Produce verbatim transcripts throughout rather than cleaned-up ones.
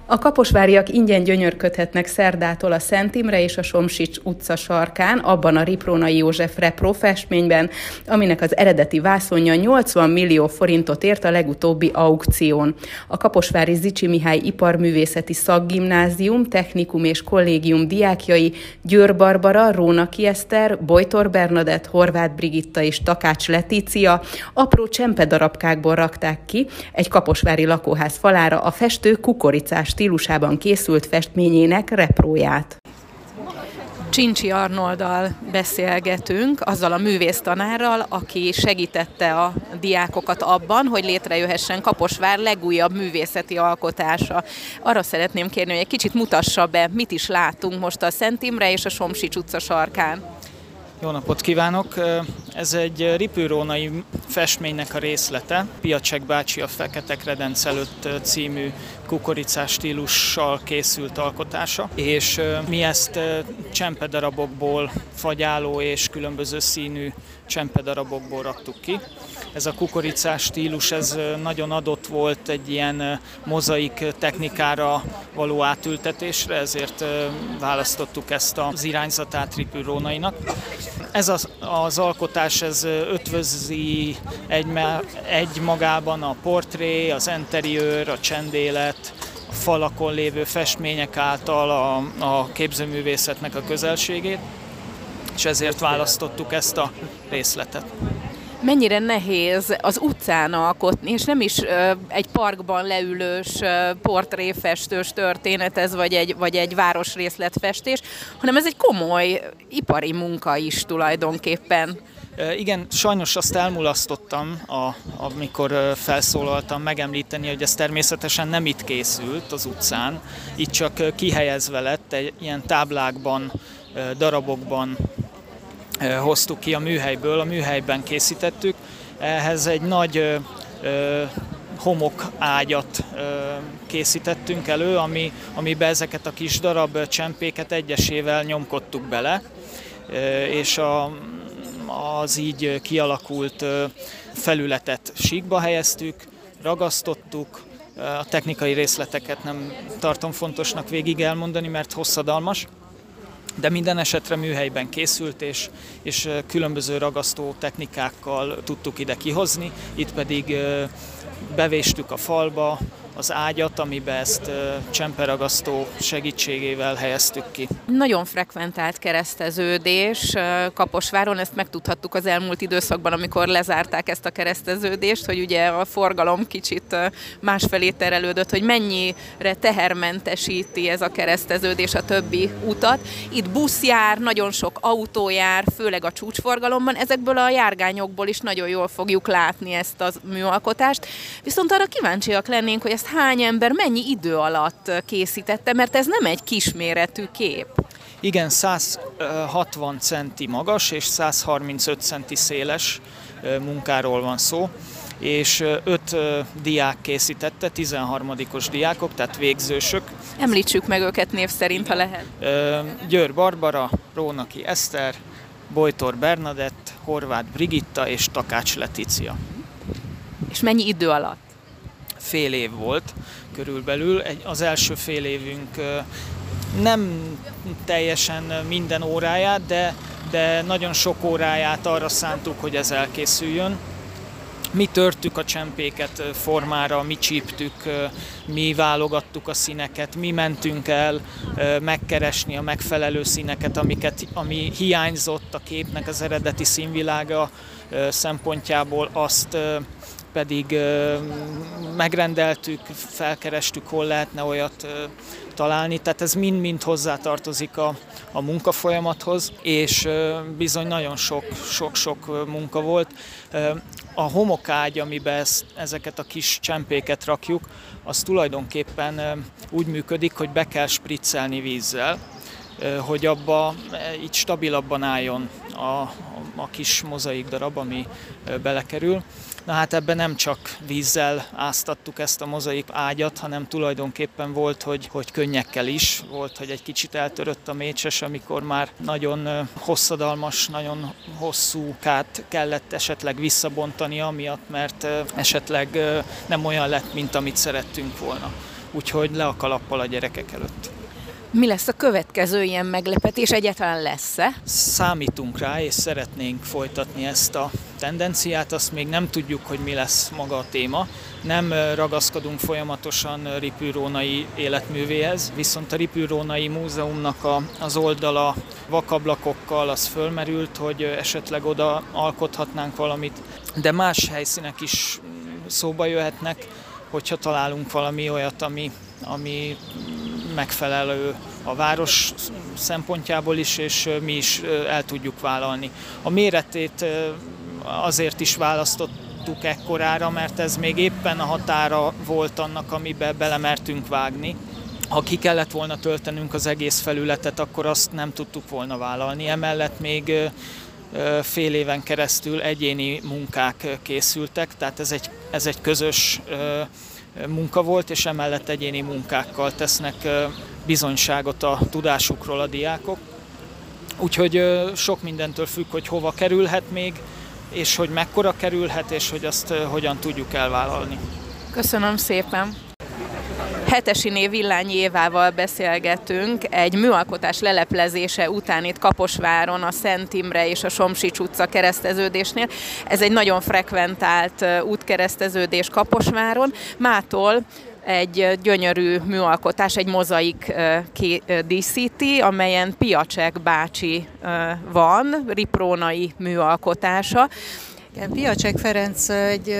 A kaposváriak ingyen gyönyörködhetnek szerdától a Szent Imre és a Somsics utca sarkán, abban a Riprónai József Repro festményben, aminek az eredeti vászonja nyolcvan millió forintot ért a legutóbbi aukción. A kaposvári Zichy Mihály Iparművészeti Szakgimnázium, Technikum és Kollégium diákjai Győr Barbara, Rónaki Eszter, Bojtor Bernadett, Horváth Brigitta és Takács Letícia apró csempedarabkákból rakták ki egy kaposvári lakóház falára a festő kukoricás stílusában készült festményének repróját. Csincsi Arnolddal beszélgetünk, azzal a művésztanárral, aki segítette a diákokat abban, hogy létrejöhessen Kaposvár legújabb művészeti alkotása. Arra szeretném kérni, hogy egy kicsit mutassa be, mit is látunk most a Szent Imre és a Somsics utca sarkán. Jó napot kívánok! Ez egy riprónai festménynek a részlete. Piacsek bácsi a Fekete Kredenc előtt című kukoricás stílussal készült alkotása, és mi ezt csempedarabokból, fagyáló és különböző színű csempedarabokból raktuk ki. Ez a kukoricás stílus ez nagyon adott volt egy ilyen mozaik technikára való átültetésre, ezért választottuk ezt az irányzatát riprónainak. Ez az, az alkotás ez ötvözi egy, egy magában a portré, az interiőr, a csendélet, a falakon lévő festmények által a, a képzőművészetnek a közelségét, és ezért választottuk ezt a részletet. Mennyire nehéz az utcán alkotni, és nem is ö, egy parkban leülős ö, portréfestős történet ez, vagy egy, vagy egy városrészletfestés, hanem ez egy komoly ipari munka is tulajdonképpen. Igen, sajnos azt elmulasztottam, a, amikor felszólaltam megemlíteni, hogy ez természetesen nem itt készült az utcán, itt csak kihelyezve lett, egy ilyen táblákban, darabokban hoztuk ki a műhelyből, a műhelyben készítettük. Ehhez egy nagy ö, ö, homokágyat ö, készítettünk elő, ami, amiben ezeket a kis darab csempéket egyesével nyomkodtuk bele, ö, és a, az így kialakult ö, felületet síkba helyeztük, ragasztottuk. A technikai részleteket nem tartom fontosnak végig elmondani, mert hosszadalmas. De minden esetre műhelyben készült, és, és különböző ragasztó technikákkal tudtuk ide kihozni. Itt pedig bevéstük a falba az ágyat, amiben ezt csemperagasztó segítségével helyeztük ki. Nagyon frekventált kereszteződés Kaposváron, ezt megtudhattuk az elmúlt időszakban, amikor lezárták ezt a kereszteződést, hogy ugye a forgalom kicsit másfelé terelődött, hogy mennyire tehermentesíti ez a kereszteződés a többi utat. Itt busz jár, nagyon sok autó jár, főleg a csúcsforgalomban, ezekből a járgányokból is nagyon jól fogjuk látni ezt a műalkotást. Viszont arra kíváncsiak lennénk, hogy ezt hány ember mennyi idő alatt készítette, mert ez nem egy kisméretű kép. Igen, száz hatvan centi magas és száz harmincöt centi széles munkáról van szó, és öt diák készítette, tizenharmadikos diákok, tehát végzősök. Említsük meg őket név szerint, ha lehet. Győr Barbara, Rónaki Eszter, Bojtor Bernadett, Horváth Brigitta és Takács Letícia. És mennyi idő alatt? Fél év volt körülbelül. Az első fél évünk nem teljesen minden óráját, de, de nagyon sok óráját arra szántuk, hogy ez elkészüljön. Mi törtük a csempéket formára, mi csíptük, mi válogattuk a színeket, mi mentünk el megkeresni a megfelelő színeket, amiket, ami hiányzott a képnek az eredeti színvilága szempontjából, azt pedig megrendeltük, felkerestük, hol lehetne olyat találni, tehát ez mind-mind hozzátartozik a, a munkafolyamathoz, és bizony nagyon sok-sok munka volt. A homokágy, amiben ezt, ezeket a kis csempéket rakjuk, az tulajdonképpen úgy működik, hogy be kell spriccelni vízzel, hogy abba így stabilabban álljon a, a kis mozaik darab, ami belekerül. Na hát ebben nem csak vízzel áztattuk ezt a mozaik ágyat, hanem tulajdonképpen volt, hogy, hogy könnyekkel is, volt, hogy egy kicsit eltörött a mécses, amikor már nagyon hosszadalmas, nagyon hosszú kát kellett esetleg visszabontani amiatt, mert esetleg nem olyan lett, mint amit szerettünk volna. úgyhogy le a kalappal a gyerekek előtt. Mi lesz a következő ilyen meglepetés? Egyáltalán lesz-e? Számítunk rá, és szeretnénk folytatni ezt a tendenciát, azt még nem tudjuk, hogy mi lesz maga a téma. Nem ragaszkodunk folyamatosan Ripűrónai életművéhez, viszont a Ripűrónai Múzeumnak a, az oldala vakablakokkal az fölmerült, hogy esetleg oda alkothatnánk valamit, de más helyszínek is szóba jöhetnek, hogyha találunk valami olyat, ami, ami megfelelő a város szempontjából is, és mi is el tudjuk vállalni. A méretét azért is választottuk ekkorára, mert ez még éppen a határa volt annak, amiben belemertünk vágni. Ha ki kellett volna töltenünk az egész felületet, akkor azt nem tudtuk volna vállalni. Emellett még fél éven keresztül egyéni munkák készültek, tehát ez egy, ez egy közös munka volt, és emellett egyéni munkákkal tesznek bizonyságot a tudásukról a diákok. Úgyhogy sok mindentől függ, hogy hova kerülhet még, és hogy mekkora kerülhet, és hogy azt hogyan tudjuk elvállalni. Köszönöm szépen! Hetesiné Villányi Évával beszélgetünk egy műalkotás leleplezése után itt Kaposváron, a Szent Imre és a Somsics utca kereszteződésnél. Ez egy nagyon frekventált útkereszteződés Kaposváron. Mától egy gyönyörű műalkotás, egy mozaik díszíti, amelyen Piacsek bácsi van, riprónai műalkotása. Piacsek Ferenc egy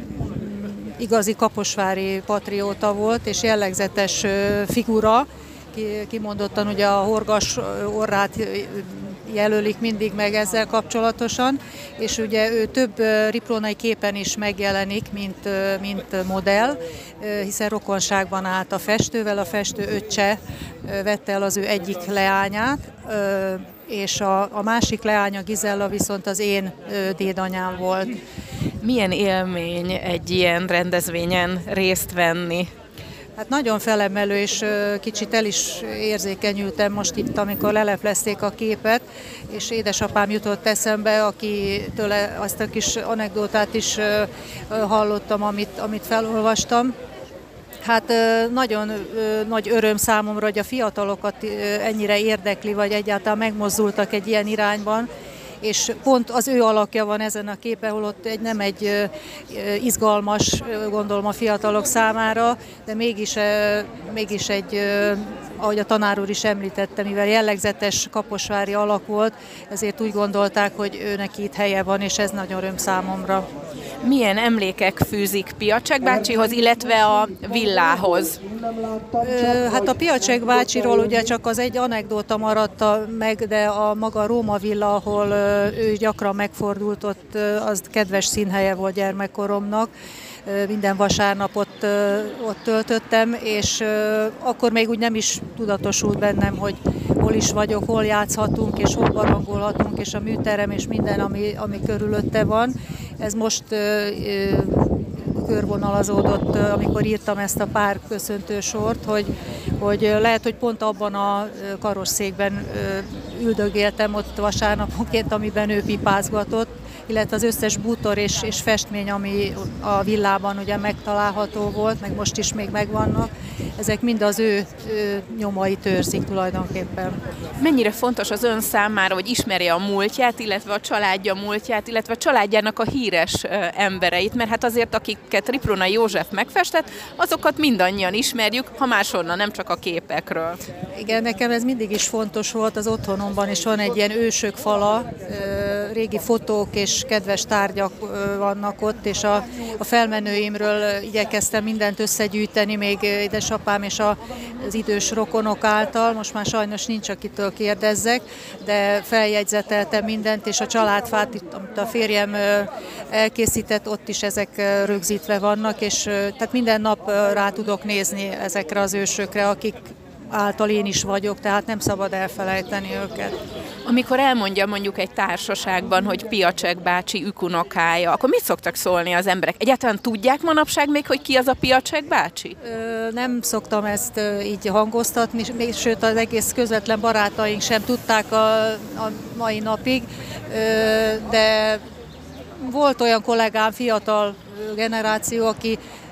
igazi kaposvári patrióta volt, és jellegzetes figura, kimondottan ugye a horgas orrát jelölik mindig meg ezzel kapcsolatosan, és ugye ő több riprónai képen is megjelenik, mint, mint modell, hiszen rokonságban állt a festővel, a festő öccse vette el az ő egyik leányát, és a, a másik leánya, Gizella, viszont az én dédanyám volt. Milyen élmény egy ilyen rendezvényen részt venni? Hát nagyon felemelő, és kicsit el is érzékenyültem most itt, amikor leleplezték a képet, és édesapám jutott eszembe, akitől azt a kis anekdótát is hallottam, amit, amit felolvastam. Hát nagyon nagy öröm számomra, hogy a fiatalokat ennyire érdekli, vagy egyáltalán megmozdultak egy ilyen irányban, és pont az ő alakja van ezen a képen, holott egy, nem egy izgalmas, gondolom a fiatalok számára, de mégis, mégis egy, ahogy a tanár úr is említette, mivel jellegzetes kaposvári alak volt, ezért úgy gondolták, hogy őnek itt helye van, és ez nagy öröm számomra. Milyen emlékek fűzik Piacsek bácsihoz, illetve a villához? Hát a Piacsek bácsiról ugye csak az egy anekdóta maradt meg, de a maga Róma villa, ahol ő gyakran megfordult, ott az kedves színhelye volt gyermekkoromnak. Minden vasárnapot ott töltöttem, és akkor még úgy nem is tudatosult bennem, hogy hol is vagyok, hol játszhatunk, és hol barangolhatunk, és a műterem, és minden, ami, ami körülötte van. Ez most körvonalazódott, amikor írtam ezt a pár köszöntő sort, hogy, hogy lehet, hogy pont abban a karosszékben üldögéltem ott vasárnaponként, amiben ő pipázgatott, illetve az összes bútor és, és festmény, ami a villában ugye megtalálható volt, meg most is még megvannak, ezek mind az ő, ő nyomait őrzik tulajdonképpen. Mennyire fontos az ön számára, hogy ismerje a múltját, illetve a családja múltját, illetve a családjának a híres embereit, mert hát azért, akiket Riprónai József megfestett, azokat mindannyian ismerjük, ha máshonnan, nem csak a képekről. Igen, nekem ez mindig is fontos volt, az otthonomban is van egy ilyen ősök fala, régi fotók és kedves tárgyak vannak ott, és a, a felmenőimről igyekeztem mindent összegyűjteni, még édesapám és a, az idős rokonok által, most már sajnos nincs, akitől kérdezzek, de feljegyzeteltem mindent, és a családfát, amit a férjem elkészített, ott is ezek rögzítve vannak, és tehát minden nap rá tudok nézni ezekre az ősökre, akik által én is vagyok, tehát nem szabad elfelejteni őket. Amikor elmondja mondjuk egy társaságban, hogy Piacsek bácsi ükunokája, akkor mit szoktak szólni az emberek? Egyáltalán tudják manapság még, hogy ki az a Piacsek bácsi? Ö, nem szoktam ezt így hangoztatni, sőt az egész közvetlen barátaink sem tudták a, a mai napig, ö, de volt olyan kollégám, fiatal generáció, aki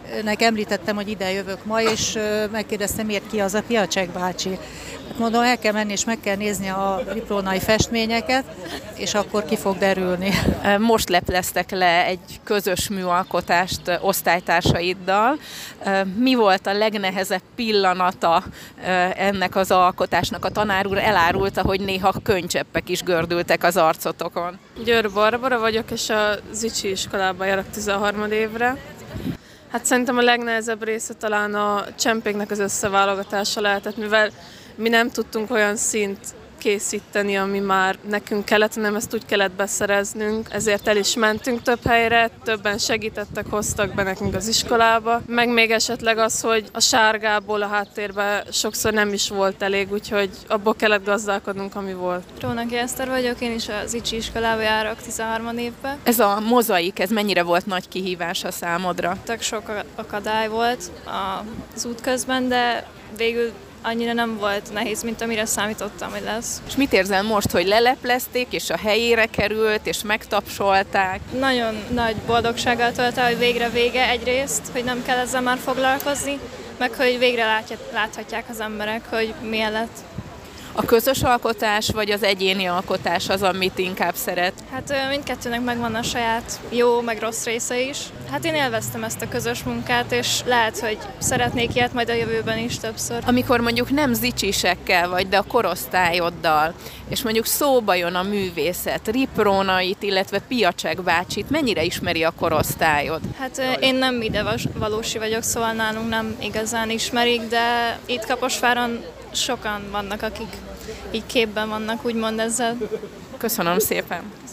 nek említettem, hogy ide jövök ma, és megkérdeztem, miért ki az a Piacsek bácsi. Hát mondom, el kell menni, és meg kell nézni a riprónai festményeket, és akkor ki fog derülni. Most lepleztek le egy közös műalkotást osztálytársaiddal. Mi volt a legnehezebb pillanata ennek az alkotásnak? A tanár úr elárulta, hogy néha könycseppek is gördültek az arcotokon. Győr Barbara vagyok, és a Zicsi iskolában járok tizenharmadik évre. Hát szerintem a legnehezebb része talán a csempéknek az összeválogatása lehetett, mivel mi nem tudtunk olyan szint készíteni, ami már nekünk kellett, hanem ezt úgy kellett beszereznünk, ezért el is mentünk több helyre, többen segítettek, hoztak be nekünk az iskolába, meg még esetleg az, hogy a sárgából a háttérben sokszor nem is volt elég, úgyhogy abból kellett gazdálkodnunk, ami volt. Rónaki Eszter vagyok, én is az Icsi iskolába járok tizenharmadik évben. Ez a mozaik, ez mennyire volt nagy kihívás a számodra? Tök sok akadály volt az út közben, de végül annyira nem volt nehéz, mint amire számítottam, hogy lesz. És mit érzel most, hogy leleplezték, és a helyére került, és megtapsolták? Nagyon nagy boldogsággal tölt el, hogy végre vége egyrészt, hogy nem kell ezzel már foglalkozni, meg hogy végre láthatják az emberek, hogy milyen lett. A közös alkotás, vagy az egyéni alkotás az, amit inkább szeret? Hát mindkettőnek megvan a saját jó, meg rossz része is. Hát én élveztem ezt a közös munkát, és lehet, hogy szeretnék ilyet majd a jövőben is többször. Amikor mondjuk nem zicsisekkel vagy, de a korosztályoddal, és mondjuk szóba jön a művészet, Riprónait, illetve Piacsek bácsit, mennyire ismeri a korosztályod? Hát én nem ide valósi vagyok, szóval nálunk nem igazán ismerik, de itt Kaposváron sokan vannak, akik így képben vannak, úgymond ezzel. Köszönöm szépen!